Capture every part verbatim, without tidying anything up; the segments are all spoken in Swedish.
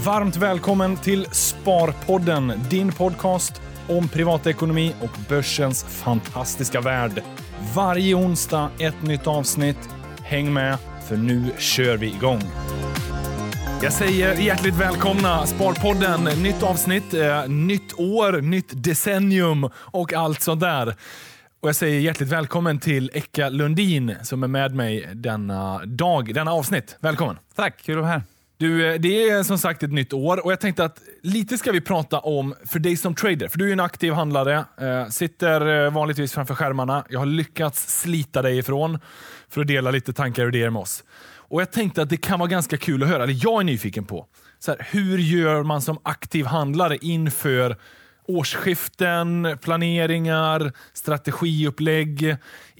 Varmt välkommen till Sparpodden, din podcast om privatekonomi och börsens fantastiska värld. Varje onsdag ett nytt avsnitt. Häng med, för nu kör vi igång. Jag säger hjärtligt välkomna Sparpodden, nytt avsnitt, eh, nytt år, nytt decennium och allt sånt där. Och jag säger hjärtligt välkommen till Eka Lundin som är med mig denna dag, denna avsnitt. Välkommen. Tack, kul att vara här. Du, det är som sagt ett nytt år och jag tänkte att lite ska vi prata om för dig som trader. För du är en aktiv handlare, eh, sitter vanligtvis framför skärmarna. Jag har lyckats slita dig ifrån för att dela lite tankar och idéer med oss. Och jag tänkte att det kan vara ganska kul att höra, eller jag är nyfiken på. Så här, hur gör man som aktiv handlare inför årsskiften, planeringar, strategiupplägg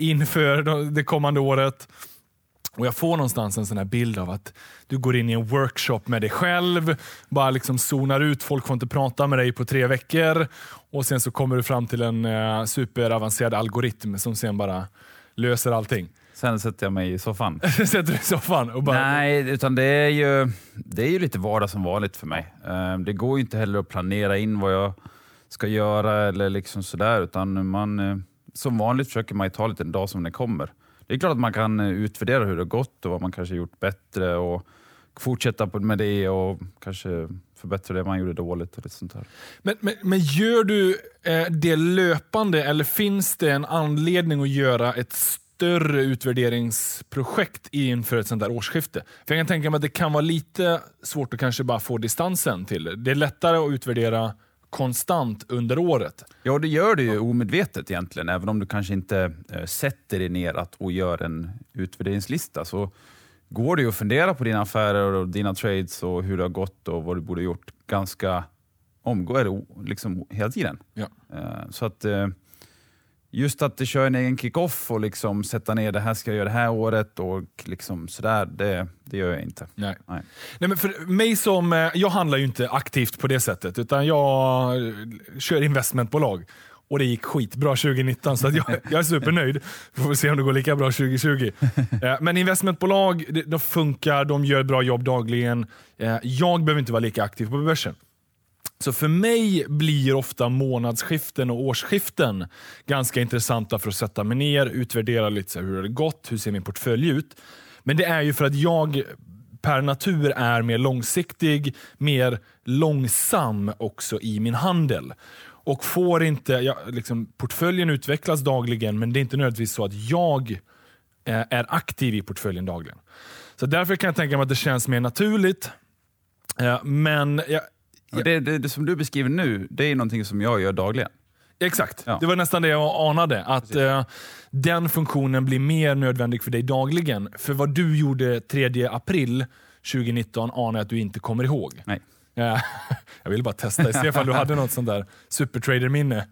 inför det kommande året? Och jag får någonstans en sån här bild av att du går in i en workshop med dig själv, bara liksom zonar ut, folk får inte prata med dig på tre veckor och sen så kommer du fram till en uh, superavancerad algoritm som sen bara löser allting. Sen sätter jag mig i soffan. Sätter du i soffan och bara... Nej, utan det är ju, det är ju lite vardag som vanligt för mig. Uh, det går ju inte heller att planera in vad jag ska göra eller liksom sådär, utan man, uh, som vanligt försöker man ta lite en dag som den kommer. Det är klart att man kan utvärdera hur det har gått och vad man kanske gjort bättre och fortsätta med det och kanske förbättra det man gjorde dåligt och lite sånt här. Men, men, men gör du eh, det löpande eller finns det en anledning att göra ett större utvärderingsprojekt inför ett sånt där årsskifte? För jag kan tänka mig att det kan vara lite svårt att kanske bara få distansen till det. Det är lättare att utvärdera konstant under året. Ja, det gör det ju omedvetet egentligen. Även om du kanske inte äh, sätter dig ner att och gör en utvärderingslista, så går det ju att fundera på dina affärer och dina trades och hur det har gått och vad du borde gjort ganska omgående, liksom hela tiden. Ja. Äh, så att äh, just att det kör en egen kick-off och liksom sätta ner det här ska jag göra det här året och liksom sådär, det, det gör jag inte. Nej. Nej. Nej, men för mig som, jag handlar ju inte aktivt på det sättet utan jag kör investmentbolag och det gick skitbra tjugonitton så att jag, jag är supernöjd. Vi får se om det går lika bra tjugohundratjugo. Men investmentbolag, de funkar, de gör ett bra jobb dagligen. Jag behöver inte vara lika aktiv på börsen. Så för mig blir ofta månadsskiften och årsskiften ganska intressanta för att sätta mig ner, utvärdera lite så här, hur har det gått, hur ser min portfölj ut. Men det är ju för att jag per natur är mer långsiktig, mer långsam också i min handel. Och får inte, ja, liksom, portföljen utvecklas dagligen men det är inte nödvändigtvis så att jag eh, är aktiv i portföljen dagligen. Så därför kan jag tänka mig att det känns mer naturligt. Eh, men jag Ja. Det, det, det som du beskriver nu, det är någonting som jag gör dagligen. Exakt, ja. Det var nästan det jag anade. Att eh, den funktionen blir mer nödvändig för dig dagligen. För vad du gjorde tredje april tjugonitton anar jag att du inte kommer ihåg. Nej. Ja, jag ville bara testa, se ifall du hade något sånt där supertrader-minne.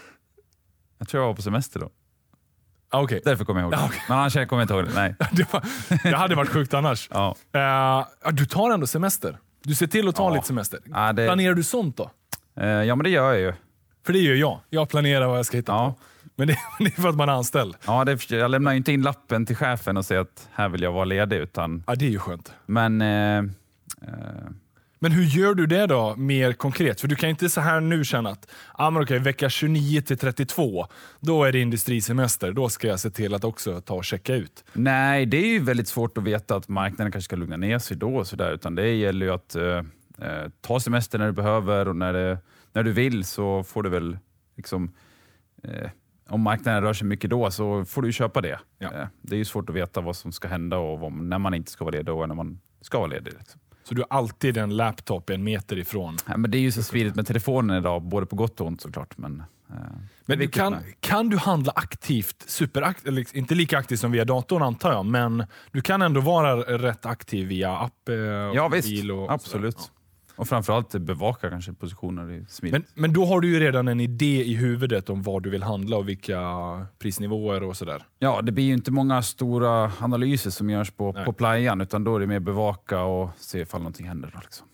Jag tror jag var på semester då. Ah, okay. Därför kommer jag ihåg det. Ah, okay. Men annars kommer jag inte ihåg det. Nej. det, var, det hade varit sjukt annars. Ja. Uh, du tar ändå semester. Du ser till att ta ja. lite semester. Ja, det... Planerar du sånt då? Uh, ja, men det gör jag ju. För det gör jag. Jag planerar vad jag ska hitta ja. på. Men det, det är för att man är anställd. Ja, det, jag lämnar ju inte in lappen till chefen och säger att här vill jag vara ledig. Utan... Ja, det är ju skönt. Men... Uh, uh... Men hur gör du det då mer konkret? För du kan inte så här nu känna att ah, men okej, vecka tjugonio till trettiotvå, då är det industrisemester. Då ska jag se till att också ta och checka ut. Nej, det är ju väldigt svårt att veta att marknaden kanske ska lugna ner sig då och så där. Utan det gäller ju att uh, uh, ta semester när du behöver och när, det, när du vill så får du väl liksom... Uh, om marknaden rör sig mycket då så får du köpa det. Ja. Uh, det är ju svårt att veta vad som ska hända och vad, när man inte ska vara ledig och när man ska vara ledig. Liksom. Så du har alltid en laptop en meter ifrån? Ja, men det är ju så smidigt med telefonen idag, både på gott och ont såklart. Men, uh, men du kan, kan du handla aktivt, superaktivt, eller inte lika aktivt som via datorn antar jag, men du kan ändå vara rätt aktiv via app och ja, visst. bil och absolut. Ja. Och framförallt bevaka kanske positioner i smidigt. Men, men då har du ju redan en idé i huvudet om vad du vill handla och vilka prisnivåer och sådär. Ja, det blir ju inte många stora analyser som görs på, på playan, utan då är det mer bevaka och se ifall någonting händer. Då, liksom.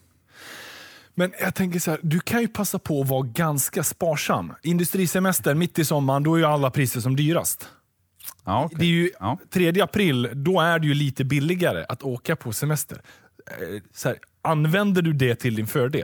Men jag tänker så här, du kan ju passa på att vara ganska sparsam. Industrisemester mitt i sommaren, då är ju alla priser som dyrast. Ja, okay. Det är ju ja. tredje april, då är det ju lite billigare att åka på semester. Så här, Använder du det till din fördel?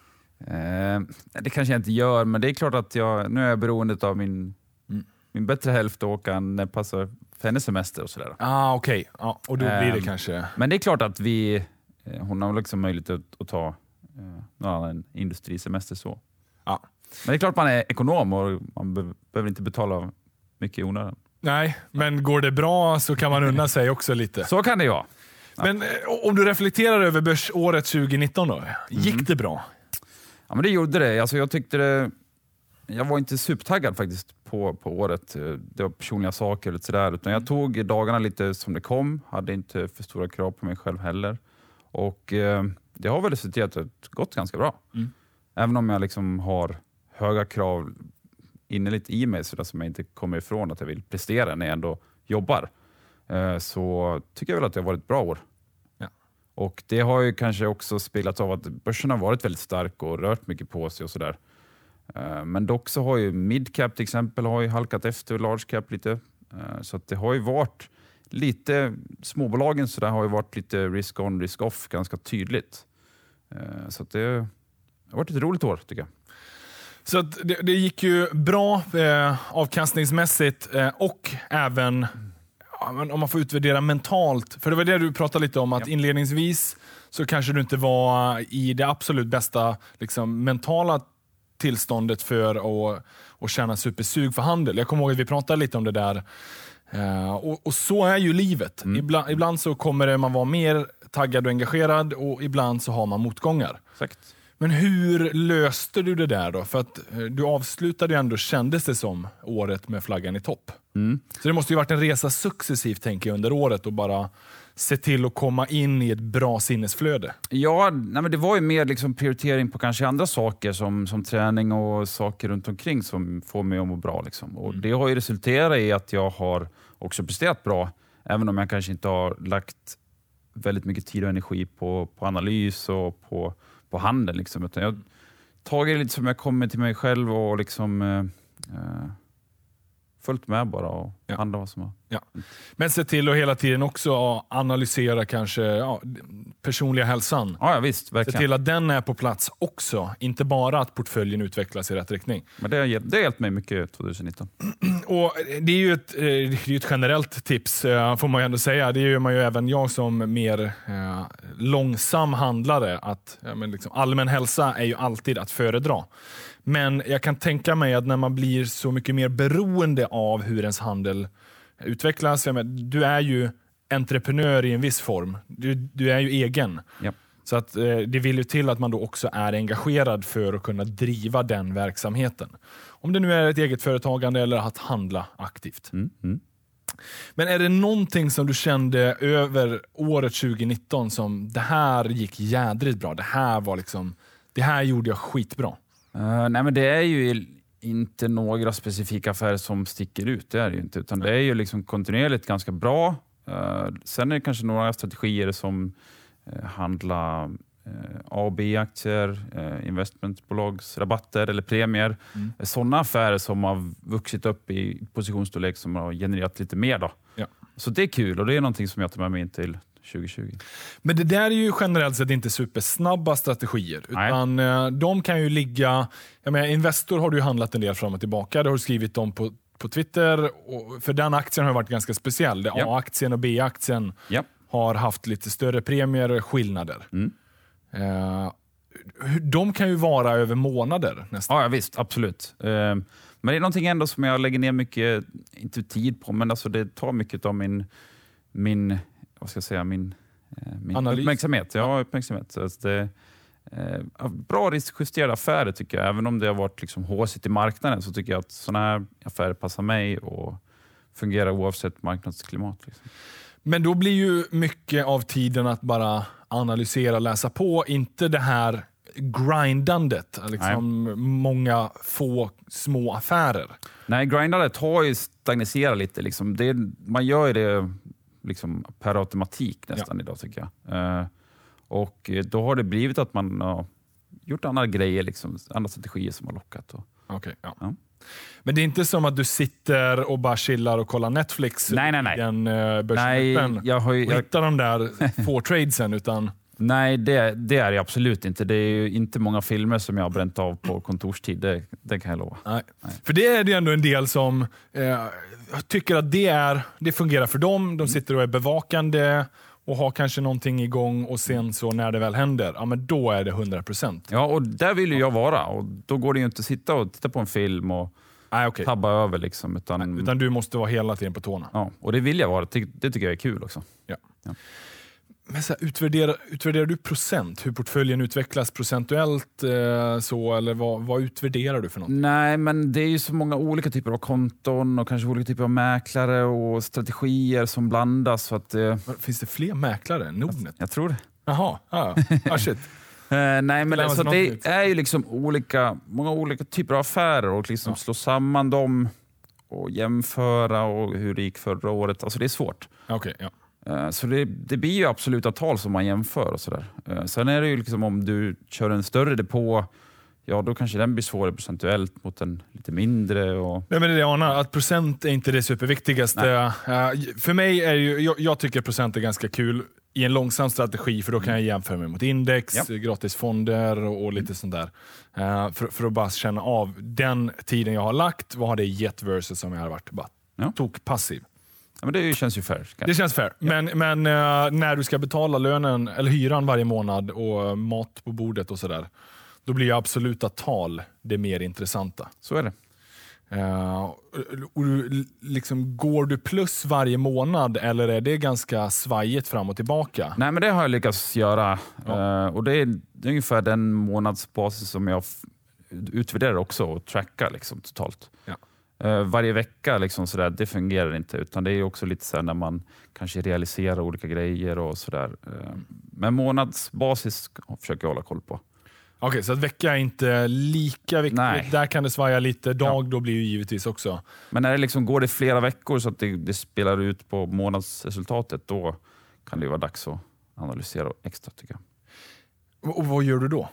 Eh, det kanske jag inte gör, men det är klart att jag, nu är jag beroende av min, mm. min bättre hälft och åka när det passar för hennes semester och sådär. Ah, okej. Okay. Ja, och då blir det eh, kanske... Men det är klart att vi, hon har liksom möjlighet att, att ta eh, någon annan industrisemester så. Ja. Men det är klart man är ekonom och man be- behöver inte betala mycket i onödan. Nej, men går det bra så kan man unna sig också lite. Så kan det vara. Ja. Men om du reflekterar över börsåret tjugo nitton då, gick mm. det bra? Ja, men det gjorde det. Alltså, jag tyckte det... Jag var inte supertaggad faktiskt på, på året. Det var personliga saker och sådär. Utan jag tog dagarna lite som det kom. Hade inte för stora krav på mig själv heller. Och eh, det har väl resulterat att det gått ganska bra. Mm. Även om jag liksom har höga krav innerligt i mig så där som jag inte kommer ifrån att jag vill prestera när jag ändå jobbar. Eh, så tycker jag väl att det har varit ett bra år. Ja. Och det har ju kanske också spelat av att börsen har varit väldigt stark och rört mycket på sig och sådär. Eh, men dock så har ju midcap till exempel har ju halkat efter large cap lite. Eh, så att det har ju varit lite, småbolagen så där har ju varit lite risk on, risk off ganska tydligt. Eh, så att det har varit ett roligt år tycker jag. Så att det, det gick ju bra eh, avkastningsmässigt eh, och även ja, om man får utvärdera mentalt. För det var det du pratade lite om, att ja. inledningsvis så kanske du inte var i det absolut bästa liksom, mentala tillståndet för att, att känna supersug för handel. Jag kommer ihåg att vi pratade lite om det där. Uh, och, och så är ju livet. Mm. Ibland, ibland så kommer det man vara mer taggad och engagerad och ibland så har man motgångar. Exakt. Men hur löste du det där då? För att uh, du avslutade ju ändå, kändes det som, året med flaggan i topp. Mm. Så det måste ju varit en resa successivt tänker jag under året och bara se till att komma in i ett bra sinnesflöde. Ja, nej men det var ju mer liksom prioritering på kanske andra saker som, som träning och saker runt omkring som får mig att må bra. Liksom. Och mm. det har ju resulterat i att jag har också presterat bra, även om jag kanske inte har lagt väldigt mycket tid och energi på, på analys och på, på handel. Liksom. Utan jag har tagit lite som jag kommer till mig själv och liksom... Eh, eh, följt med bara och ja. handla vad som har. Ja. Men se till att hela tiden också analysera kanske ja, personliga hälsan. Ja, ja visst, verkligen. Se till att den är på plats också. Inte bara att portföljen utvecklas i rätt riktning. Men det har hjälpt, det har hjälpt mig mycket tjugonitton. Och det är ju ett, det är ett generellt tips får man ju ändå säga. Det gör man ju även jag som mer eh, långsam handlare. Att, ja, men liksom, allmän hälsa är ju alltid att föredra. Men jag kan tänka mig att när man blir så mycket mer beroende av hur ens handel utvecklas. Jag menar, du är ju entreprenör i en viss form. Du, du är ju egen. Yep. Så att, eh, det vill ju till att man då också är engagerad för att kunna driva den verksamheten. Om det nu är ett eget företagande eller att handla aktivt. Mm. Mm. Men är det någonting som du kände över året tjugonitton som det här gick jädrigt bra? Det här var liksom, det här gjorde jag skitbra. Uh, nej men det är ju inte några specifika affärer som sticker ut, det är det ju inte, utan det är ju liksom kontinuerligt ganska bra. Uh, sen är det kanske några strategier som uh, handlar uh, A och B-aktier, uh, investmentbolagsrabatter eller premier. Mm. Sådana affärer som har vuxit upp i positionsstorlek som har genererat lite mer då. Ja. Så det är kul och det är någonting som jag tar med mig in till tjugo tjugo. Men det där är ju generellt sett inte supersnabba strategier. Utan Nej. de kan ju ligga... Jag menar, Investor har du ju handlat en del fram och tillbaka. Det har du skrivit om på, på Twitter. Och för den aktien har varit ganska speciell. Ja. A-aktien och B-aktien ja. har haft lite större premier och skillnader. Mm. Uh, de kan ju vara över månader nästan. Ja, visst. Absolut. Uh, men det är någonting ändå som jag lägger ner mycket, inte tid på, men alltså det tar mycket av min... min vad ska jag säga, min, min uppmärksamhet. Ja, uppmärksamhet. Så att det, eh, bra riskjusterade affärer tycker jag. Även om det har varit liksom håsigt i marknaden så tycker jag att sådana här affärer passar mig och fungerar oavsett marknadsklimat. Liksom. Men då blir ju mycket av tiden att bara analysera, läsa på. Inte det här grindandet. Liksom många få små affärer. Nej, grindandet har ju stagniserat lite. Liksom. Det, man gör ju det... liksom per automatik nästan ja. idag tycker jag. Uh, och då har det blivit att man har uh, gjort andra grejer, liksom, andra strategier som har lockat. Och, okay, ja. Ja. Men det är inte som att du sitter och bara chillar och kollar Netflix nej, nej, nej. i en uh, börsgruppen och jag, hittar de där få tradesen utan... Nej, det, det är det absolut inte. Det är ju inte många filmer som jag har bränt av på kontorstid. Det, det kan jag lova. Nej. Nej. För det är det ändå en del som eh, tycker att det, är, det fungerar för dem. De sitter och är bevakande och har kanske någonting igång och sen så när det väl händer, ja men då är det hundra procent. Ja, och där vill ju jag vara. Och då går det ju inte att sitta och titta på en film och Nej, okay. tabba över. Liksom, utan, Nej, utan du måste vara hela tiden på tårna. Ja, och det vill jag vara. Det, det tycker jag är kul också. Ja. Ja. Men så här, utvärderar, utvärderar du procent? Hur portföljen utvecklas procentuellt? Eh, så, eller vad, vad utvärderar du för något? Nej, men det är ju så många olika typer av konton och kanske olika typer av mäklare och strategier som blandas. Så att, eh, Finns det fler mäklare än Nordnet? Jag tror det. Jaha, ah, ah, shit. Eh, nej, men alltså, det nytt. är ju liksom olika, många olika typer av affärer och liksom ja. slå samman dem och jämföra och hur det gick förra året. Alltså det är svårt. Okay, ja. eh, så det, det blir ju absoluta tal som man jämför och sådär. Eh, sen är det ju liksom om du kör en större depå, ja då kanske den blir svårare procentuellt mot en lite mindre. Och... Nej, men det är det jag anar, att procent är inte det superviktigaste. Uh, för mig är ju, jag, jag tycker procent är ganska kul i en långsam strategi, för då kan jag jämföra mig mot index, ja. gratisfonder och, och lite sånt där. Uh, för, för att bara känna av den tiden jag har lagt, vad har det gett versus om jag har varit bara ja. tok passiv. Ja, men det känns ju fair. Kanske. Det känns fair. Ja. Men, men uh, när du ska betala lönen eller hyran varje månad och mat på bordet och sådär, då blir absoluta tal det mer intressanta. Så är det. Uh, och liksom, går du plus varje månad eller är det ganska svajigt fram och tillbaka? Nej, men det har jag lyckats göra. Ja. Uh, och det är, det är ungefär den månadsbasis som jag f- utvärderar också och trackar liksom, totalt. Ja. Uh, varje vecka liksom, sådär, det fungerar inte, utan det är också lite så här när man kanske realiserar olika grejer och sådär. Uh, men månadsbasis försöker jag hålla koll på. Okej, okay, så att vecka är inte lika viktigt. Nej. Där kan det svaja lite. Dag ja. då blir ju givetvis också. Men när det liksom går det flera veckor så att det, det spelar ut på månadsresultatet, då kan det vara dags att analysera extra, tycker jag. Och, och vad gör du då?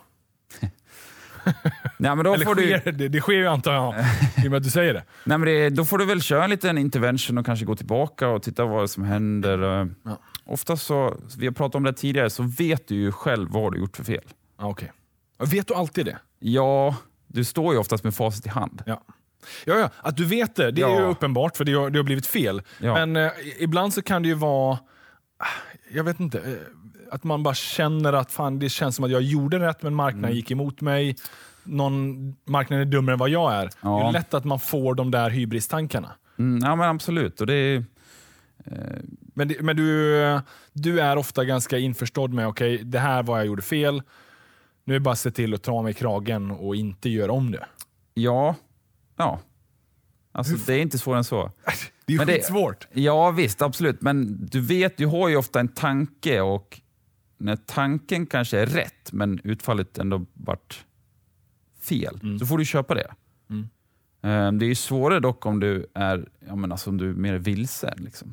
Nej, men då Eller får sker, du... det, det sker ju antar jag, i och med att du säger det. Nej, men det, då får du väl köra en liten intervention och kanske gå tillbaka och titta vad som händer. Ja. Ofta så, vi har pratat om det tidigare, så vet du ju själv vad du gjort för fel. Ja, okej. Vet du alltid det? Ja, du står ju oftast med facit i hand. Ja, ja, ja. Att du vet det, det är ja. ju uppenbart, för det har, det har blivit fel. Ja. Men eh, ibland så kan det ju vara, jag vet inte, eh, att man bara känner att fan, det känns som att jag gjorde rätt men marknaden mm. gick emot mig. Någon, marknaden är dummare än vad jag är. Ja. Det är lätt att man får de där hybristankarna. Mm, ja, men absolut. Och det är... Eh... Men, det, men du, du är ofta ganska införstådd med, okej, okay, det här var jag gjorde fel. Nu är det bara att se till att ta mig i kragen och inte göra om det. Ja, ja. Alltså, det är inte svårare än så. Det är ju men skitsvårt. Det, ja visst, absolut. Men du vet, du har ju ofta en tanke, och när tanken kanske är rätt men utfallet ändå varit fel, mm. så får du köpa det. Mm. Det är ju svårare dock om du är, ja, men alltså, om du är mer vilsen. Liksom.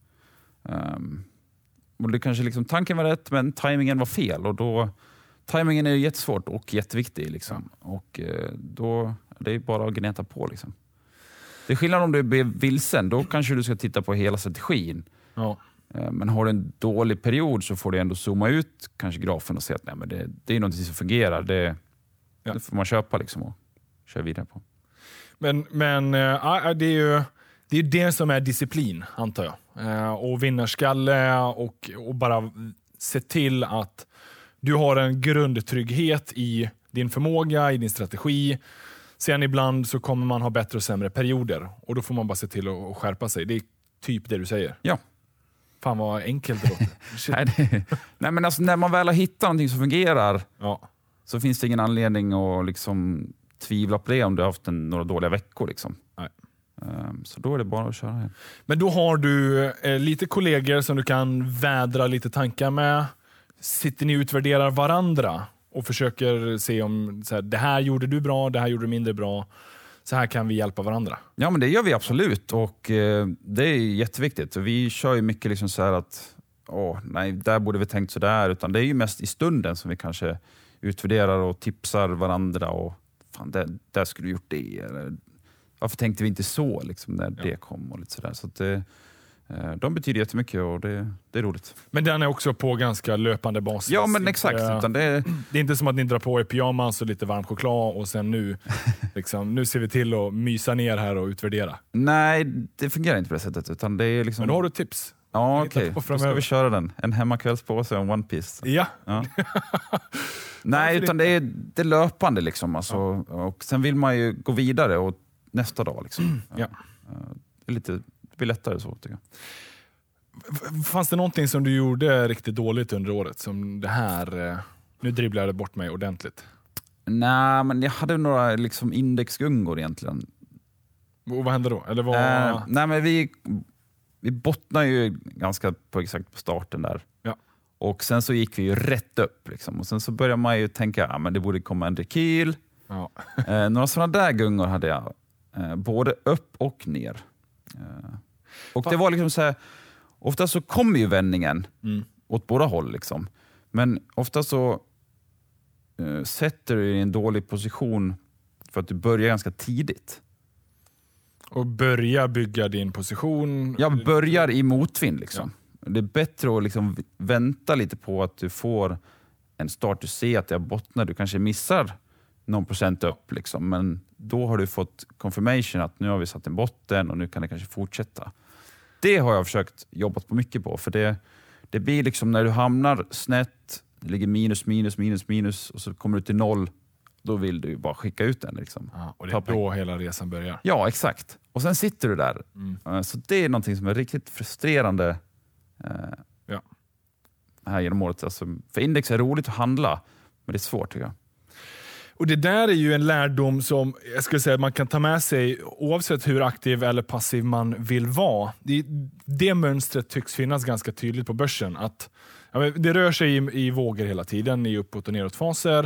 Um, och det kanske liksom, tanken var rätt men tajmingen var fel, och då timingen är ju jättesvårt och jätteviktig. Liksom. Ja. Och eh, då det är bara att gneta på. Liksom. Det är skillnad om du blir vilsen, då kanske du ska titta på hela strategin. Ja. Eh, men har du en dålig period så får du ändå zooma ut kanske grafen och se att nej, men det, det är något som fungerar. Det, ja. det får man köpa liksom och köra vidare på. Men, men äh, det är ju det, är det som är disciplin, antar jag. Äh, och vinnarskalle och, och bara se till att du har en grundtrygghet i din förmåga, i din strategi. Sen ibland så kommer man ha bättre och sämre perioder. Och då får man bara se till att skärpa sig. Det är typ det du säger. Ja. Fan vad enkelt det låter. nej, det, nej, men alltså, när man väl har hittat någonting som fungerar, ja. så finns det ingen anledning att liksom tvivla på det om du har haft en, några dåliga veckor. Liksom. Nej. Um, så då är det bara att köra. Men då har du eh, lite kollegor som du kan vädra lite tankar med. Sitter ni och utvärderar varandra och försöker se om så här, det här gjorde du bra, det här gjorde du mindre bra. Så här kan vi hjälpa varandra. Ja, men det gör vi absolut, och eh, det är jätteviktigt. Vi kör ju mycket liksom så här att åh, nej, där borde vi tänkt så där, utan det är ju mest i stunden som vi kanske utvärderar och tipsar varandra och fan, där, där skulle du gjort det, eller varför tänkte vi inte så liksom, när ja. det kom och lite sådär. Så att det, De betyder jättemycket och det, det är roligt. Men den är också på ganska löpande basis. Ja, men exakt. Äh, utan det... det är inte som att ni drar på er pyjamas och lite varm choklad och sen nu, liksom, nu ser vi till att mysa ner här och utvärdera. Nej, det fungerar inte på det sättet. Utan det är liksom... Men då har du tips. Ja, okej. Okay. Då ska vi köra den. En hemmakvällspåse och en One Piece. Ja. ja. Nej, utan det är, det är löpande liksom. Alltså, ja. Och sen vill man ju gå vidare och nästa dag liksom. Ja. Det är lite... Det blir lättare så, tycker jag. Fanns det någonting som du gjorde riktigt dåligt under året? Som det här, nu dribblar jag bort mig ordentligt. Nej, men jag hade några liksom indexgungor egentligen. Och vad hände då? Eller vad... äh, nej, men vi, vi bottnade ju ganska på exakt på starten där. Ja. Och sen så gick vi ju rätt upp. Liksom. Och sen så började man ju tänka, ja, men det borde komma en rekyl. Ja. eh, några sådana där gungor hade jag. Eh, både upp och ner. Uh, och det var liksom så här, ofta så kommer ju vändningen mm. åt båda håll liksom. Men ofta så uh, sätter du dig i en dålig position för att du börjar ganska tidigt. Och börja bygga din position. Jag börjar i motvind liksom. Ja. Det är bättre att liksom vänta lite på att du får en start, du ser att jag bottnar, du kanske missar någon procent upp liksom, men då har du fått confirmation att nu har vi satt en botten och nu kan det kanske fortsätta. Det har jag försökt jobba på mycket på, för det, det blir liksom när du hamnar snett, det ligger minus, minus, minus, minus och så kommer du till noll, då vill du bara skicka ut den. Liksom. Ja, och det är då hela resan börjar. Ja, exakt. Och sen sitter du där. Mm. Så det är någonting som är riktigt frustrerande eh, ja. här genom året. Alltså, för index är roligt att handla, men det är svårt tycker jag. Och det där är ju en lärdom som jag skulle säga man kan ta med sig oavsett hur aktiv eller passiv man vill vara. Det, det mönstret tycks finnas ganska tydligt på börsen. Att, ja, det rör sig i, i vågor hela tiden, i uppåt- och nedåtfaser.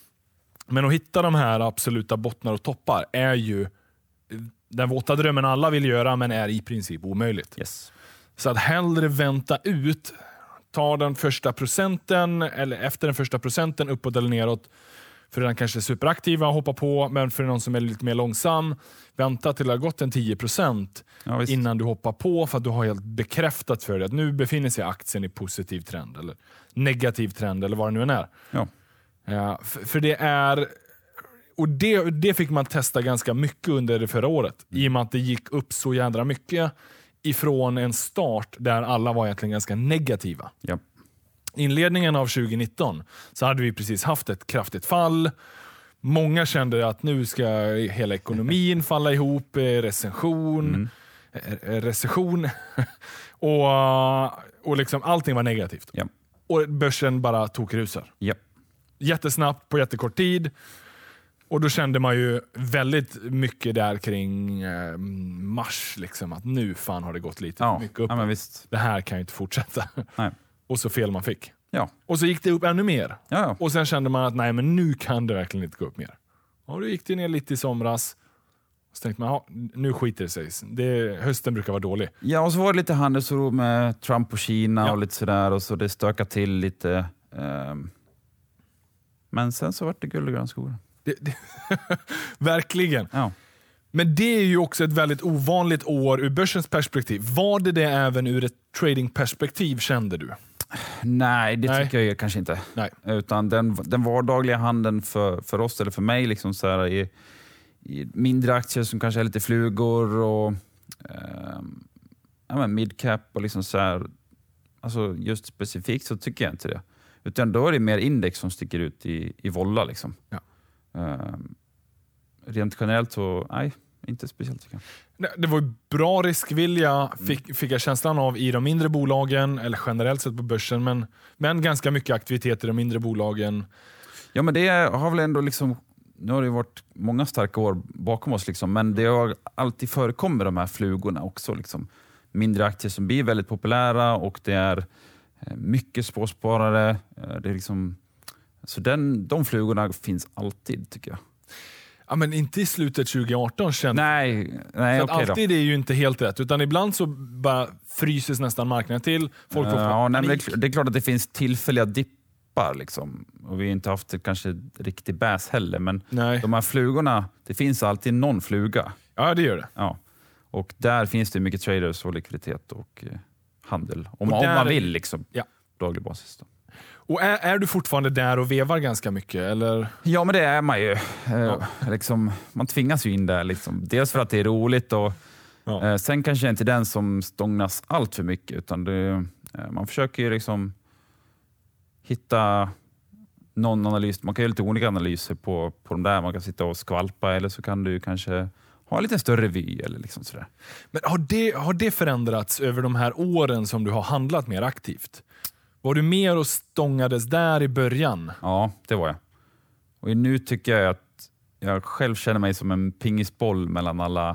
Men att hitta de här absoluta bottnar och toppar är ju den våta drömmen alla vill göra, men är i princip omöjligt. Yes. Så att hellre vänta ut, ta den första procenten eller efter den första procenten uppåt eller neråt. För den kanske är superaktiva och hoppa på, men för någon som är lite mer långsam, vänta till det har gått en tio procent ja, innan du hoppar på, för att du har helt bekräftat för dig att nu befinner sig aktien i positiv trend eller negativ trend eller vad det nu än är. Ja. Ja, för, för det är och det, det fick man testa ganska mycket under det förra året, i och med att det gick upp så jädra mycket ifrån en start där alla var egentligen ganska negativa. Ja. Inledningen av tjugo nitton så hade vi precis haft ett kraftigt fall. Många kände att nu ska hela ekonomin falla ihop, recession, mm. recession och, och liksom allting var negativt. Ja. Och börsen bara tog rusar. Ja. Jättesnabbt på jättekort tid. Och då kände man ju väldigt mycket där kring eh, mars, liksom, att nu fan har det gått lite ja. mycket upp. Ja, men visst. Det här kan ju inte fortsätta. Nej. Och så fel man fick. Ja. Och så gick det upp ännu mer. Ja, ja. Och sen kände man att nej, men nu kan det verkligen inte gå upp mer. Och då gick det ner lite i somras. Så tänkte man, ja, nu skiter det sig. Det, hösten brukar vara dålig. Ja, och så var det lite handelsoro med Trump och Kina ja. och lite sådär. Och så det stökade till lite. Um... Men sen så var det guld och grön skogar. Det, det verkligen. Ja. Men det är ju också ett väldigt ovanligt år ur börsens perspektiv. Var det det även ur ett tradingperspektiv, kände du? Nej, det Nej. tycker jag kanske inte. Nej. Utan den, den vardagliga handeln för, för oss, eller för mig, liksom så här, i, i mindre aktier som kanske är lite flugor och eh, ja, men midcap och liksom så här, alltså just specifikt så tycker jag inte det. Utan då är det mer index som sticker ut i, i volla. Liksom. Ja. Eh, rent generellt så, nej, inte speciellt tycker jag. Det var bra riskvilja, fick, fick jag känslan av, i de mindre bolagen, eller generellt sett på börsen, men, men ganska mycket aktivitet i de mindre bolagen. Ja, men det har väl ändå liksom, nu har det varit många starka år bakom oss, liksom, men det har alltid förekommit de här flugorna också. Liksom. Mindre aktier som blir väldigt populära och det är mycket småsparare. Det är liksom, så den, de flugorna finns alltid, tycker jag. Ja, men inte i slutet tjugo arton känns Nej, nej så okej okay alltid då. är ju inte helt rätt, utan ibland så bara fryses nästan marknaden till. Folk får uh, ja, nej, det, är, det är klart att det finns tillfälliga dippar liksom. Och vi har inte haft kanske riktig bäs heller, men nej. De här flugorna, det finns alltid någon fluga. Ja, det gör det. Ja. Och där finns det mycket traders och likviditet och eh, handel. Om, och där, om man vill liksom. Ja. Daglig basis då. Och är, är du fortfarande där och vevar ganska mycket? Eller? Ja, men det är man ju. Eh, Ja. liksom, man tvingas ju in där. Liksom. Dels för att det är roligt och Ja. eh, sen kanske jag inte är den som stångas allt för mycket. Utan det, eh, man försöker ju liksom hitta någon analys. Man kan göra lite olika analyser på, på de där. Man kan sitta och skvalpa eller så kan du kanske ha en lite större vy. Eller liksom sådär. Men har det, har det förändrats över de här åren som du har handlat mer aktivt? Var du mer och stångades där i början? Ja, det var jag. Och nu tycker jag att jag själv känner mig som en pingisboll mellan alla...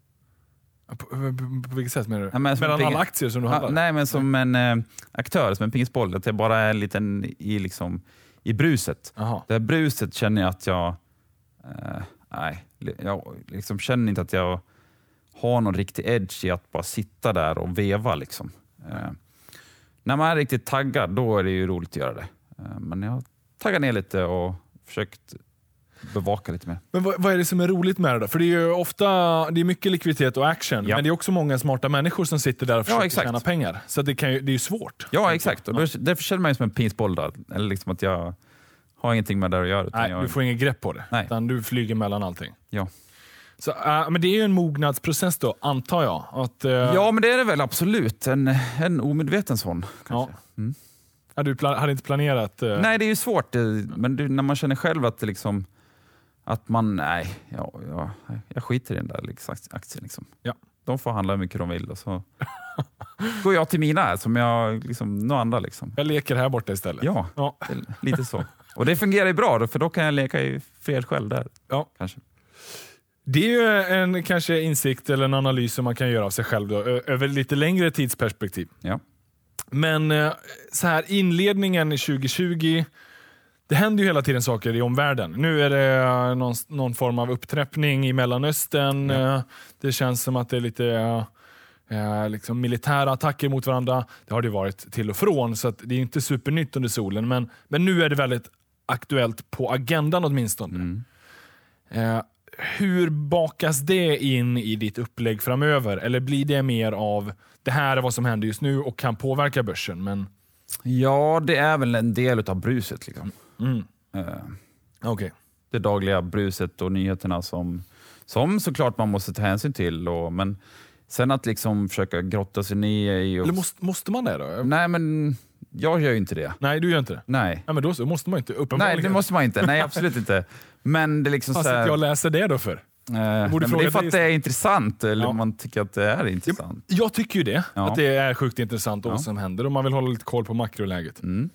På, på, på vilket sätt menar du? Ja, men som mellan ping- alla aktier som du handlar? Ja, nej, men som en eh, aktör, som en pingisboll. Att jag bara är en liten i, liksom, i bruset. Aha. Det här bruset känner jag att jag... Eh, nej, jag liksom känner inte att jag har någon riktig edge i att bara sitta där och veva. Liksom. Eh, när man är riktigt taggad, då är det ju roligt att göra det. Eh, men jag taggar ner lite och försökt bevaka lite mer. Men vad, vad är det som är roligt med det då? För det är ju ofta det är mycket likviditet och action, Ja. men det är också många smarta människor som sitter där och försöker Ja, exakt. tjäna pengar. Så det, kan ju, det är ju svårt. Ja, exakt. Och då, därför känner man mig som en pingisboll där. Eller liksom att jag har ingenting med det att göra. Utan Nej, jag... du får ingen grepp på det. Nej. Utan du flyger mellan allting. Ja. Så, äh, men det är ju en mognadsprocess då, antar jag. Att, äh, ja, men det är det väl absolut. En, en omedveten sån. Kanske. Ja. Mm. Ja, du plan- hade inte planerat? Äh... Nej, det är ju svårt. Det, men det, när man känner själv att det liksom... Att man, nej, ja, ja, jag skiter i den där liksom, aktien. Liksom. Ja. De får handla hur mycket de vill och så går jag till mina här, som jag, liksom, några andra. Liksom. Jag leker här borta istället. Ja, Ja. det är lite så. Och det fungerar ju bra, då, för då kan jag leka i fred själv där. Ja. Kanske. Det är ju en kanske insikt eller en analys som man kan göra av sig själv då, ö- över lite längre tidsperspektiv. Ja. Men eh, så här inledningen i tjugo tjugo, det händer ju hela tiden saker i omvärlden. Nu är det eh, någon, någon form av upptrappning i Mellanöstern. Ja. Eh, det känns som att det är lite eh, liksom militära attacker mot varandra. Det har det varit till och från, så att det är inte supernytt under solen. Men, men nu är det väldigt aktuellt på agendan åtminstone. Mm. Eh, hur bakas det in i ditt upplägg framöver? Eller blir det mer av det här är vad som händer just nu och kan påverka börsen? Men... ja, det är väl en del av bruset. Liksom. Mm. Eh, Okay. det dagliga bruset och nyheterna som, som såklart man måste ta hänsyn till. Och, men sen att liksom försöka grotta sig ner i... Och, Eller måste, måste man det då? nej, men jag gör ju inte det. Nej, du gör inte det. Nej. Ja, men då så måste man inte. Uppenbarligen. Nej, det måste man inte. Nej, absolut inte. Men det är liksom Fast så här, att jag läser det då för. eh, nej, men det fråga är för dig att det är intressant. Eller Ja. man tycker att det är intressant. Jag tycker ju det. Ja. Att det är sjukt intressant och Ja. vad som händer. Och man vill hålla lite koll på makroläget. Mm.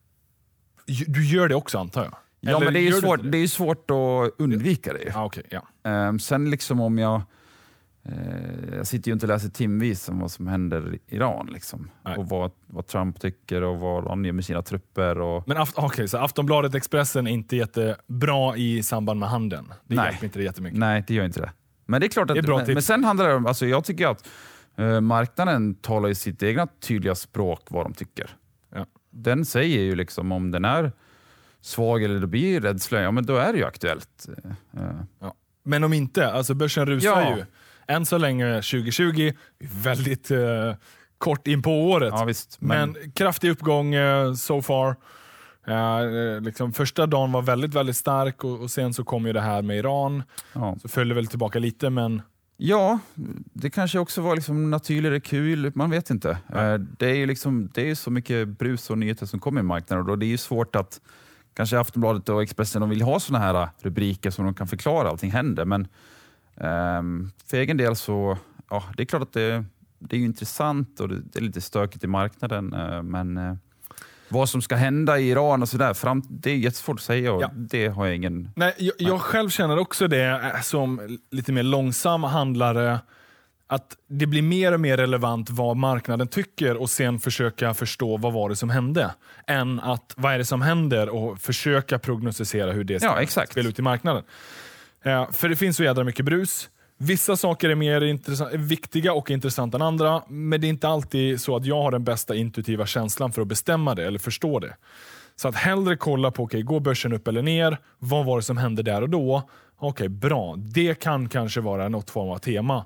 Du gör det också antar jag? Ja, Eller men det är, ju gör du svårt, inte det är ju svårt att undvika det. Ah, okay, ja. Um, sen liksom om jag... Uh, jag sitter ju inte och läser timvis om vad som händer i Iran. Liksom. Och vad, vad Trump tycker och vad han gör med sina trupper. Och... Men aft- okay, så Aftonbladet Expressen är inte jättebra i samband med handeln? Det Nej. hjälper inte det jättemycket? Nej, det gör inte det. Men det är klart att... Det är bra men, tips. men sen handlar det om... Alltså jag tycker att uh, marknaden talar i sitt egna tydliga språk vad de tycker. Ja. Den säger ju liksom om den är svag eller det blir rädsla, ja men då är det ju aktuellt. Uh, Ja. Men om inte, alltså börsen rusar Ja. ju. Än så länge tjugo tjugo, väldigt eh, kort in på året. ja, visst. men... men kraftig uppgång eh, so far. Eh, liksom första dagen var väldigt, väldigt stark och, och sen så kom ju det här med Iran. ja. Så följde väl tillbaka lite, men Ja, det kanske också var liksom naturligare kul, man vet inte. Ja. Det är ju liksom, det är så mycket brus och nyheter som kommer i marknaden och då det är ju svårt att kanske Aftonbladet och Expressen de vill ha såna här rubriker som de kan förklara allting händer. Men um, för egen del så, ja, det är klart att det, det är ju intressant och det, det är lite stökigt i marknaden. Uh, men uh, vad som ska hända i Iran och sådär, fram, det är jättesvårt att säga och Ja. det har jag ingen... nej, jag, jag själv känner också det eh, som lite mer långsam handlare. Att det blir mer och mer relevant vad marknaden tycker och sen försöka förstå vad var det som hände. Än att vad är det som händer och försöka prognostisera hur det ska Ja, exakt. spela ut i marknaden. Eh, för det finns så jädra mycket brus. Vissa saker är mer intressant, viktiga och intressanta än andra. Men det är inte alltid så att jag har den bästa intuitiva känslan för att bestämma det eller förstå det. Så att hellre kolla på, okej, okay, går börsen upp eller ner? Vad var det som hände där och då? Okej, okay, bra. Det kan kanske vara något form av tema.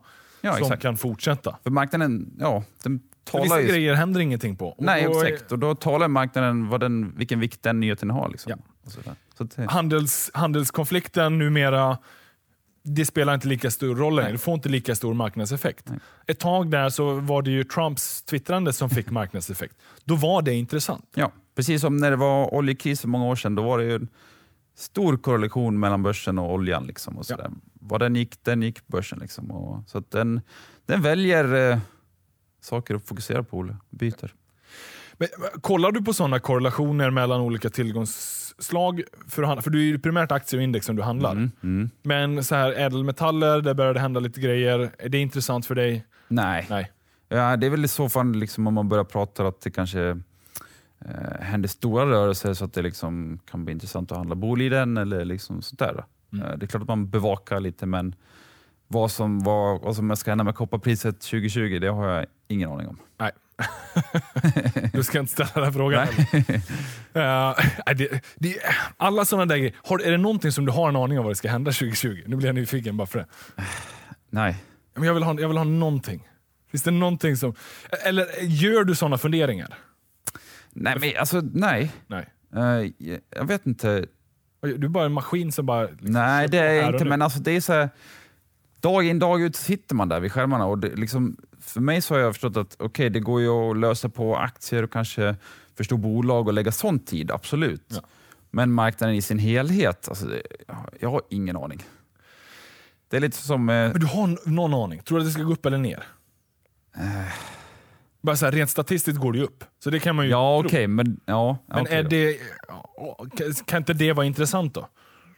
Ja, som exakt. kan fortsätta. För marknaden, ja, den talar vissa ju... grejer händer ingenting på. Och Nej, då är- exakt. Och då talar marknaden vad den, vilken vikt den nyheten har. Liksom. Ja. Och sådär. Så det, Handels, handelskonflikten numera, det spelar inte lika stor roll längre. Nej. Det får inte lika stor marknadseffekt. Nej. Ett tag där så var det ju Trumps twittrande som fick marknadseffekt. Då var det intressant. ja, precis som när det var oljekris för många år sedan. Då var det ju en stor korrelation mellan börsen och oljan. Liksom, och sådär. Vad den gick, den gick börsen. Liksom, och, så att den, den väljer eh, saker att fokusera på, byter. Men, kollar du på sådana korrelationer mellan olika tillgångsslag? För, att handla- för du är ju primärt aktier och index som du handlar. Mm, mm. Men så här ädelmetaller, där börjar det hända lite grejer. Är det intressant för dig? Nej. Nej. Ja, det är väl i så fall liksom, om man börjar prata att det kanske eh, händer stora rörelser så att det liksom kan bli intressant att handla Boliden eller liksom sånt där. Mm. Eh, det är klart att man bevakar lite, men vad som, vad, vad som ska hända med kopparpriset tjugo tjugo, det har jag ingen aning om. Nej. Du ska inte ställa den här frågan. uh, det, det, alla sådana där grejer. Har, är det någonting som du har en aning om vad det ska hända tjugo tjugo? Nu blir jag nyfiken bara för det. Nej. Men jag vill ha, jag vill ha någonting. Finns det någonting som... Eller gör du sådana funderingar? Nej, men alltså nej. Nej. Eh, jag vet inte. Du är bara en maskin som bara... Liksom, Nej, det är här jag och inte, nu. men alltså det är så här, dag in dag ut sitter man där vid skärmarna och det, liksom, för mig så har jag förstått att okay, det går ju att lösa på aktier och kanske förstå bolag och lägga sån tid, absolut. Ja. Men marknaden i sin helhet, alltså, det, jag har ingen aning. Det är lite som... Eh, Men du har n- någon aning? Tror du att det ska gå upp eller ner? Eh. Bara så här, rent statistiskt går det ju upp. Så det kan man ju ja, tro. okej, okay, men... Ja, Men okay är då. det... ja, kan- Kan inte det vara intressant då?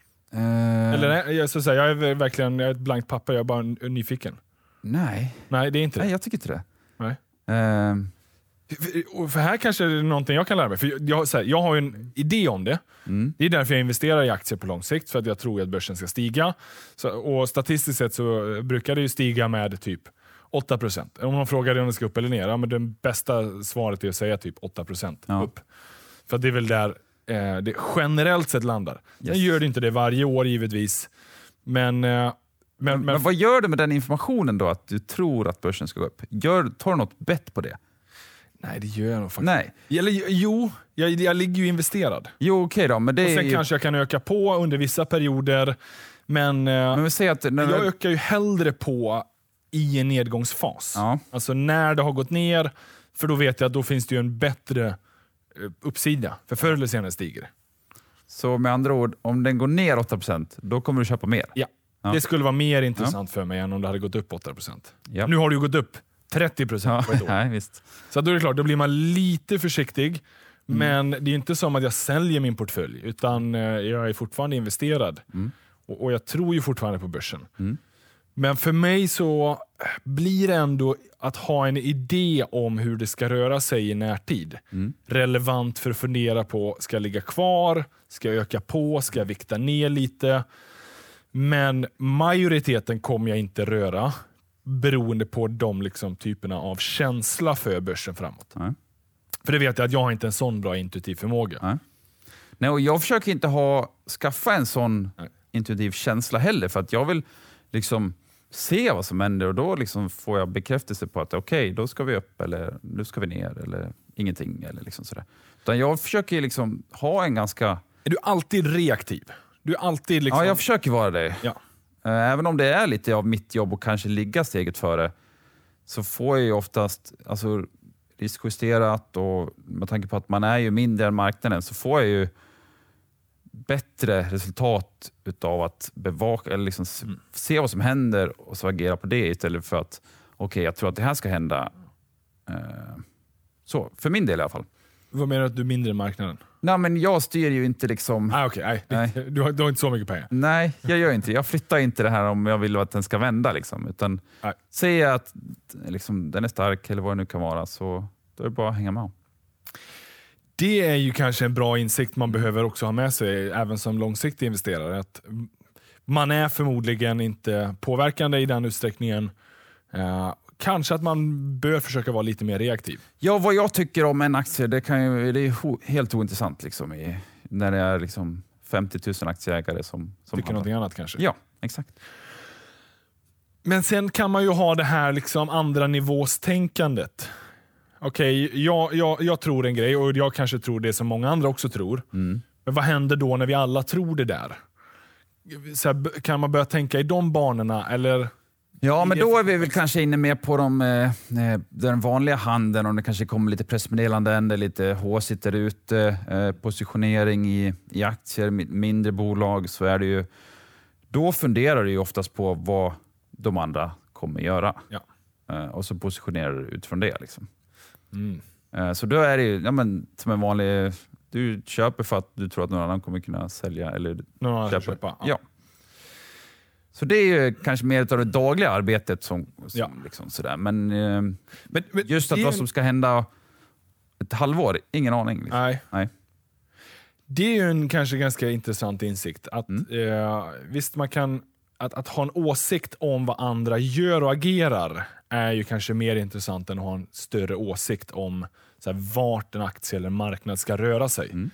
Eh, Eller är- jag, så säga, jag är verkligen jag är ett blankt papper, jag är bara n- nyfiken. Nej. Nej, det är inte det. Nej, jag tycker inte det. Nej. Eh, För, och för här kanske det är någonting jag kan lära mig. För jag, jag, så här, jag har ju en idé om det. mm. Det är därför jag investerar i aktier på lång sikt, för att jag tror att börsen ska stiga. Så, och statistiskt sett så brukar det ju stiga med typ åtta procent. Om man frågar dig om det ska upp eller ner, ja, men det bästa svaret är att säga typ åtta procent Ja. upp. För att det är väl där eh, det generellt sett landar. Sen Yes. gör det inte det varje år givetvis. Men, eh, men, Men, men vad gör du med den informationen då, att du tror att börsen ska gå upp? Gör, tar du något bett på det? nej, det gör jag nog faktiskt. Nej. Eller, jo, jag, jag ligger ju investerad. Jo, okej då, men det Och är sen ju... kanske jag kan öka på under vissa perioder. Men, eh, Men vi säger att... När, jag ökar ju hellre på i en nedgångsfas. ja, Alltså när det har gått ner, för då vet jag att då finns det ju en bättre eh, uppsida. För förr eller senare stiger det. så med andra ord, om den går ner åtta procent, då kommer du köpa mer? Ja. Ja. Det skulle vara mer intressant för mig än om det hade gått upp åtta procent. Ja. Nu har det ju gått upp trettio procent Ja, på ett år. nej, visst. Så då är det klart, då blir man lite försiktig. Men det är inte som att jag säljer min portfölj, utan eh, jag är fortfarande investerad. Mm. Och, och jag tror ju fortfarande på börsen. Mm. Men för mig så blir det ändå att ha en idé om hur det ska röra sig i närtid. Mm. Relevant för att fundera på, ska jag ligga kvar? Ska jag öka på? Ska jag vikta ner lite? Men majoriteten kommer jag inte röra, beroende på de liksom typerna av känsla för börsen framåt. Nej. För det vet jag att jag har inte en sån bra intuitiv förmåga. Nej. Nej, och jag försöker inte ha, skaffa en sån Nej. intuitiv känsla heller, för att jag vill liksom se vad som händer och då liksom får jag bekräftelse på att okej, okay, då ska vi upp eller nu ska vi ner eller ingenting. Eller liksom sådär. Utan jag försöker liksom ha en ganska... Är du alltid reaktiv? Du är alltid liksom... Ja, jag försöker vara det. Ja. Eh, Även om det är lite av mitt jobb och kanske ligga steget före, så får jag ju oftast alltså, riskjusterat och med tanke på att man är ju mindre än marknaden så får jag ju bättre resultat utav att bevaka eller liksom Mm. se vad som händer och så agera på det istället för att okej, okay, jag tror att det här ska hända. Eh, så, för min del i alla fall. Vad menar du att du är mindre än marknaden? Nej, men jag styr ju inte liksom... Ah, okay, nej. Nej. Du, har, du har inte så mycket pengar. Nej, jag gör inte. Jag flyttar inte det här om jag vill att den ska vända. Liksom. Utan Nej. säger jag att liksom, den är stark eller vad det nu kan vara, så då är det bara att hänga med. Det är ju kanske en bra insikt man behöver också ha med sig, även som långsiktig investerare. Att man är förmodligen inte påverkande i den utsträckningen. Uh, kanske att man bör försöka vara lite mer reaktiv. Ja, vad jag tycker om en aktie, det, kan ju, det är ho- helt ointressant liksom, i, när det är liksom femtio tusen aktieägare som, som Tycker handlar. någonting annat kanske. Ja, exakt. Men sen kan man ju ha det här liksom andra nivåstänkandet. Okej, okay, jag, jag, jag tror en grej och jag kanske tror det som många andra också tror. Mm. Men vad händer då när vi alla tror det där? Så här, kan man börja tänka i de banorna eller... Ja, men då är vi väl kanske inne mer på de, eh, den vanliga handeln, om det kanske kommer lite pressmeddelanden, det lite H sitter ute, eh, positionering i, i aktier, mindre bolag, så är det ju, då funderar du ju oftast på vad de andra kommer göra. Ja. Eh, och så positionerar du utifrån det. Liksom. Mm. Eh, så då är det ju ja, men, som en vanlig, du köper för att du tror att någon annan kommer kunna sälja eller någon köpa. köpa. Ja. Ja. Så det är ju kanske mer av det dagliga arbetet som, som ja. liksom sådär. Men, eh, men, men just att vad som ska hända ett halvår, ingen aning. Liksom. Nej. Nej. Det är ju en kanske ganska intressant insikt. Att, Mm. eh, visst, man kan, att, att ha en åsikt om vad andra gör och agerar är ju kanske mer intressant än att ha en större åsikt om så här, vart en aktie eller marknad ska röra sig. Mm.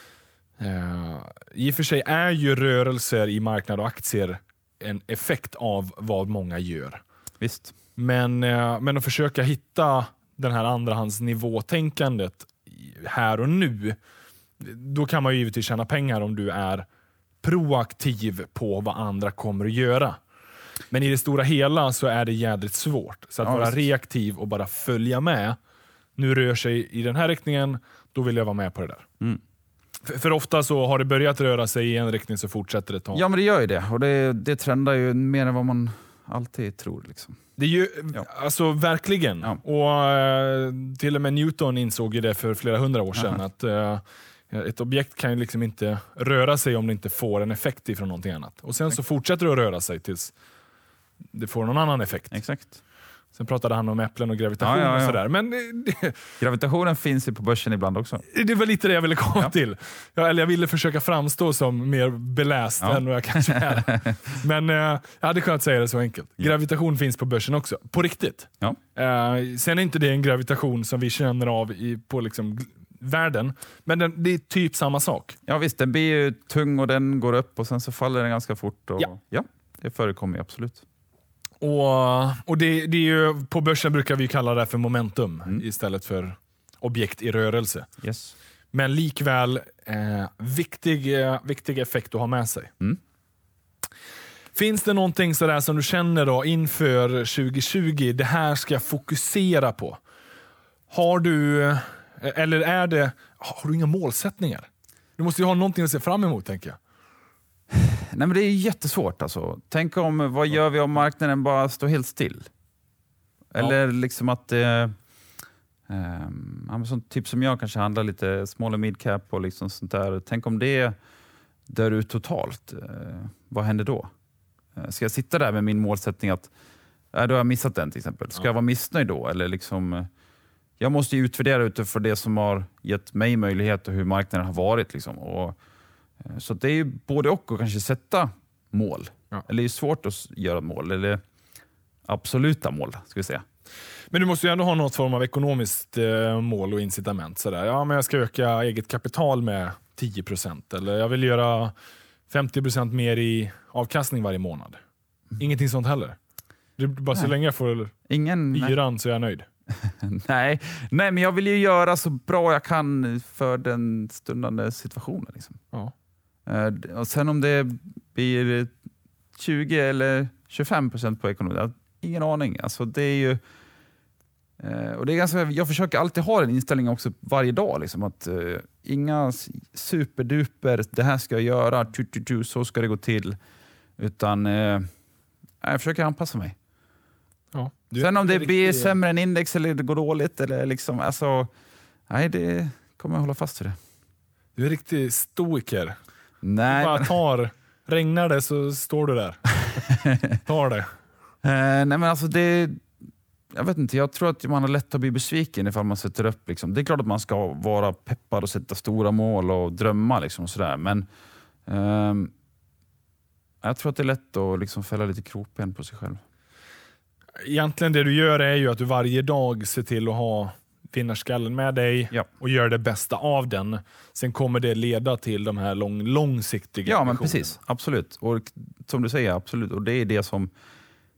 Eh, I och för sig är ju rörelser i marknad och aktier en effekt av vad många gör. Visst. Men, eh, men att försöka hitta den här andrahandsnivåtänkandet här och nu, då kan man ju givetvis tjäna pengar om du är proaktiv på vad andra kommer att göra. Men i det stora hela så är det jädrigt svårt. Så att ja, vara visst. reaktiv och bara följa med. Nu rör sig i den här riktningen, då vill jag vara med på det där. Mm. För, för ofta så har det börjat röra sig i en riktning så fortsätter det ta. Ja, men det gör ju det. Och det, det trendar ju mer än vad man alltid tror. Liksom. Det är ju, ja. alltså verkligen. Ja. Och eh, till och med Newton insåg ju det för flera hundra år sedan. Aha. Att eh, ett objekt kan ju liksom inte röra sig om det inte får en effekt ifrån någonting annat. Och sen så fortsätter det att röra sig tills det får någon annan effekt. Exakt. Sen pratade han om äpplen och gravitation ja, ja, ja. och sådär. Men det, gravitationen finns ju på börsen ibland också. Det var lite det jag ville komma ja. till. Jag, eller jag ville försöka framstå som mer beläst ja. än vad jag kanske är. Men eh, jag hade kunnat säga det så enkelt. Ja. Gravitation finns på börsen också. På riktigt. Ja. Eh, sen är inte det en gravitation som vi känner av i, på liksom världen. Men den, det är typ samma sak. Ja visst, den blir ju tung och den går upp och sen så faller den ganska fort. Och, ja. ja, det förekommer absolut. Och, och det, det är ju, på börsen brukar vi kalla det för momentum mm. istället för objekt i rörelse. Yes. Men likväl eh, viktig, eh, viktig effekt att ha med sig. Mm. Finns det någonting sådär som du känner då inför tjugo tjugo, det här ska jag fokusera på? Har du, eller är det, har du inga målsättningar? Du måste ju ha någonting att se fram emot, tänker jag. Nej, men det är jättesvårt alltså. Tänk om, vad gör vi om marknaden bara står helt still? Eller ja. liksom att eh, eh, sånt typ som jag kanske handlar lite small och mid cap och liksom sånt där. Tänk om det dör ut totalt. Eh, vad händer då? Eh, ska jag sitta där med min målsättning att äh, då har jag missat den till exempel. Ska ja. jag vara missnöjd då? Eller liksom, eh, jag måste ju utvärdera utifrån det som har gett mig möjlighet och hur marknaden har varit. Liksom. Och, så det är ju både och att kanske sätta mål. Ja. Eller det är svårt att göra mål. Eller absoluta mål, ska vi säga. Men du måste ju ändå ha något form av ekonomiskt eh, mål och incitament. Sådär. Ja, men jag ska öka eget kapital med tio procent. Eller jag vill göra femtio procent mer i avkastning varje månad. Mm. Ingenting sånt heller. Det är bara nej. Så länge jag får Ingen, yran så är jag nöjd. nej. nej, men jag vill ju göra så bra jag kan för den stundande situationen. Liksom. Ja. Uh, och sen om det blir tjugo eller tjugofem procent på ekonomin, ingen aning. Alltså det är ju, uh, och det är ganska, jag försöker alltid ha den inställningen också varje dag. Liksom, att uh, inga superduper, det här ska jag göra, tu, tu, tu, så ska det gå till. Utan uh, jag försöker anpassa mig. Ja, sen om det riktigt... blir sämre än index eller det går dåligt, eller liksom, alltså, nej, det kommer jag hålla fast vid det. Du är riktigt stoiker. Nej. Du bara tar, regnar det så står du där. Tar det. Uh, nej men alltså det, jag vet inte, jag tror att man har lätt att bli besviken ifall man sätter upp liksom. Det är klart att man ska vara peppad och sätta stora mål och drömma liksom och sådär, men uh, jag tror att det är lätt att liksom fälla lite kroppen på sig själv. Egentligen det du gör är ju att du varje dag ser till att ha vinnarskallen med dig ja. och gör det bästa av den. Sen kommer det leda till de här lång, långsiktiga Ja, men precis. Absolut. Och som du säger, absolut. Och det är det som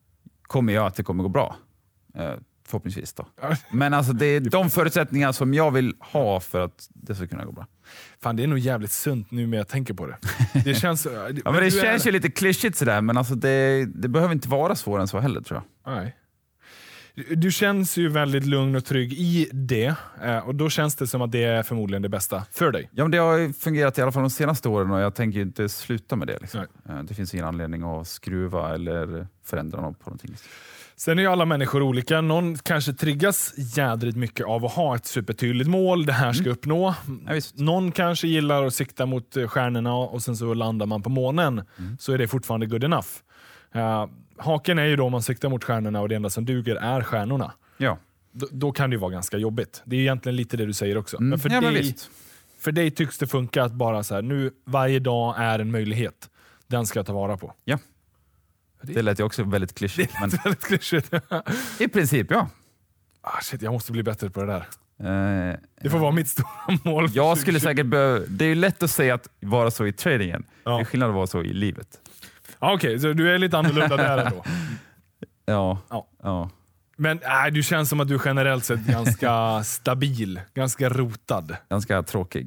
kommer jag att det kommer gå bra. Eh, förhoppningsvis då. Men alltså det är de förutsättningar som jag vill ha för att det ska kunna gå bra. Fan, det är nog jävligt sunt nu när jag tänker på det. Det känns, ja, men det känns är... ju lite klyschigt sådär, men alltså det, det behöver inte vara svårare än så heller, tror jag. Nej. Du känns ju väldigt lugn och trygg i det, och då känns det som att det är förmodligen det bästa för dig. Ja, men det har fungerat i alla fall de senaste åren och jag tänker inte sluta med det. Liksom. Det finns ingen anledning att skruva eller förändra något på någonting. Sen är ju alla människor olika. Någon kanske triggas jädrigt mycket av att ha ett supertydligt mål det här ska mm. uppnå. Ja, någon kanske gillar att sikta mot stjärnorna och sen så landar man på månen. Mm. Så är det fortfarande good enough. Uh, haken är ju då om man siktar mot stjärnorna och det enda som duger är stjärnorna. Ja. D- då kan det ju vara ganska jobbigt. Det är egentligen lite det du säger också. Mm. Men för, ja, dig, men visst. för dig tycks det funka att bara så här, nu varje dag är en möjlighet. Den ska jag ta vara på. Ja. Det lät ju också väldigt klyschigt. Men... väldigt klyschigt. I princip, ja. Ah, shit, jag måste bli bättre på det där. Uh, det får vara mitt stora mål. Jag skulle säkert behöva... Det är ju lätt att säga att vara så i tradingen. Ja. Det är skillnad att vara så i livet. Ah, Okej, okay, så du är lite annorlunda där ändå? Ja. ja. ja. Men äh, du känns som att du generellt sett är ganska stabil. Ganska rotad. Ganska tråkig.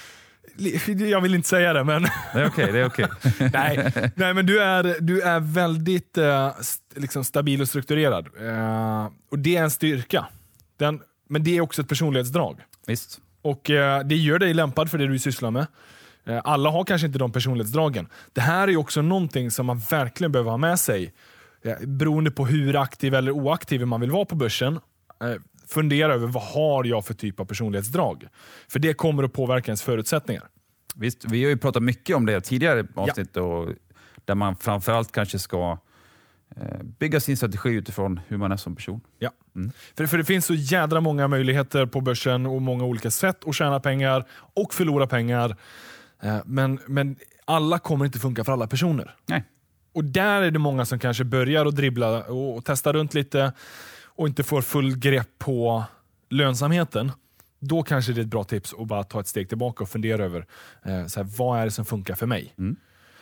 Jag vill inte säga det, men... Det är okej, okay, det är okej. Okay. nej, nej, men du är, du är väldigt uh, st- liksom stabil och strukturerad. Uh, och det är en styrka. Den, men det är också ett personlighetsdrag. Visst. Och uh, det gör dig lämpad för det du sysslar med. Uh, alla har kanske inte de personlighetsdragen. Det här är också någonting som man verkligen behöver ha med sig. Uh, beroende på hur aktiv eller oaktiv man vill vara på börsen. Uh, fundera över vad har jag för typ av personlighetsdrag. För det kommer att påverka ens förutsättningar. Visst, vi har ju pratat mycket om det tidigare avsnitt. Ja. Och där man framförallt kanske ska eh, bygga sin strategi utifrån hur man är som person. Ja. Mm. För, för det finns så jädra många möjligheter på börsen och många olika sätt att tjäna pengar och förlora pengar. Eh, men, men alla kommer inte funka för alla personer. Nej. Och där är det många som kanske börjar att dribbla och, och testa runt lite och inte får full grepp på lönsamheten. Då kanske det är ett bra tips att bara ta ett steg tillbaka och fundera över eh, så här, vad är det som funkar för mig. Mm.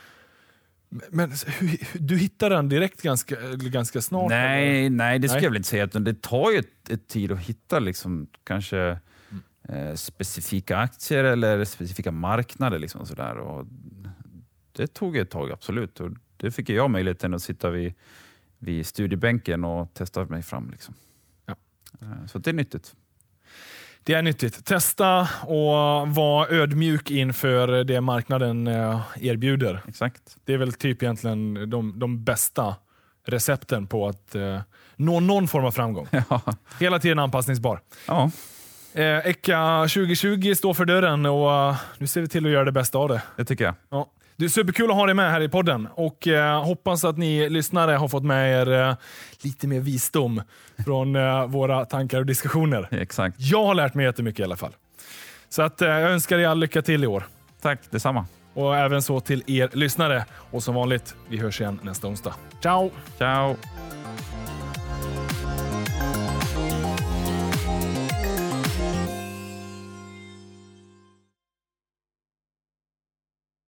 Men hur, du hittar den direkt ganska, ganska snart? Nej, eller? nej, det ska nej. jag väl inte säga. Det tar ju ett, ett tid att hitta liksom, kanske mm. eh, specifika aktier eller specifika marknader. Liksom, sådär. Och det tog ett tag, absolut. Och det fick jag möjligheten att sitta vid, vid studiebänken och testa mig fram. Liksom. Ja. Eh, så det är nyttigt. Det är nyttigt. Testa och vara ödmjuk inför det marknaden erbjuder. Exakt. Det är väl typ egentligen de, de bästa recepten på att uh, nå någon form av framgång. Ja. Hela tiden anpassningsbar. Ja. Eh, Eka tjugo tjugo står för dörren och uh, nu ser vi till att göra det bästa av det. Det tycker jag. Ja. Det är superkul att ha dig med här i podden och eh, hoppas att ni lyssnare har fått med er eh, lite mer visdom från eh, våra tankar och diskussioner. Exakt. Jag har lärt mig jättemycket i alla fall. Så att, eh, jag önskar er all lycka till i år. Tack, detsamma. Och även så till er lyssnare. Och som vanligt, vi hörs igen nästa onsdag. Ciao! Ciao!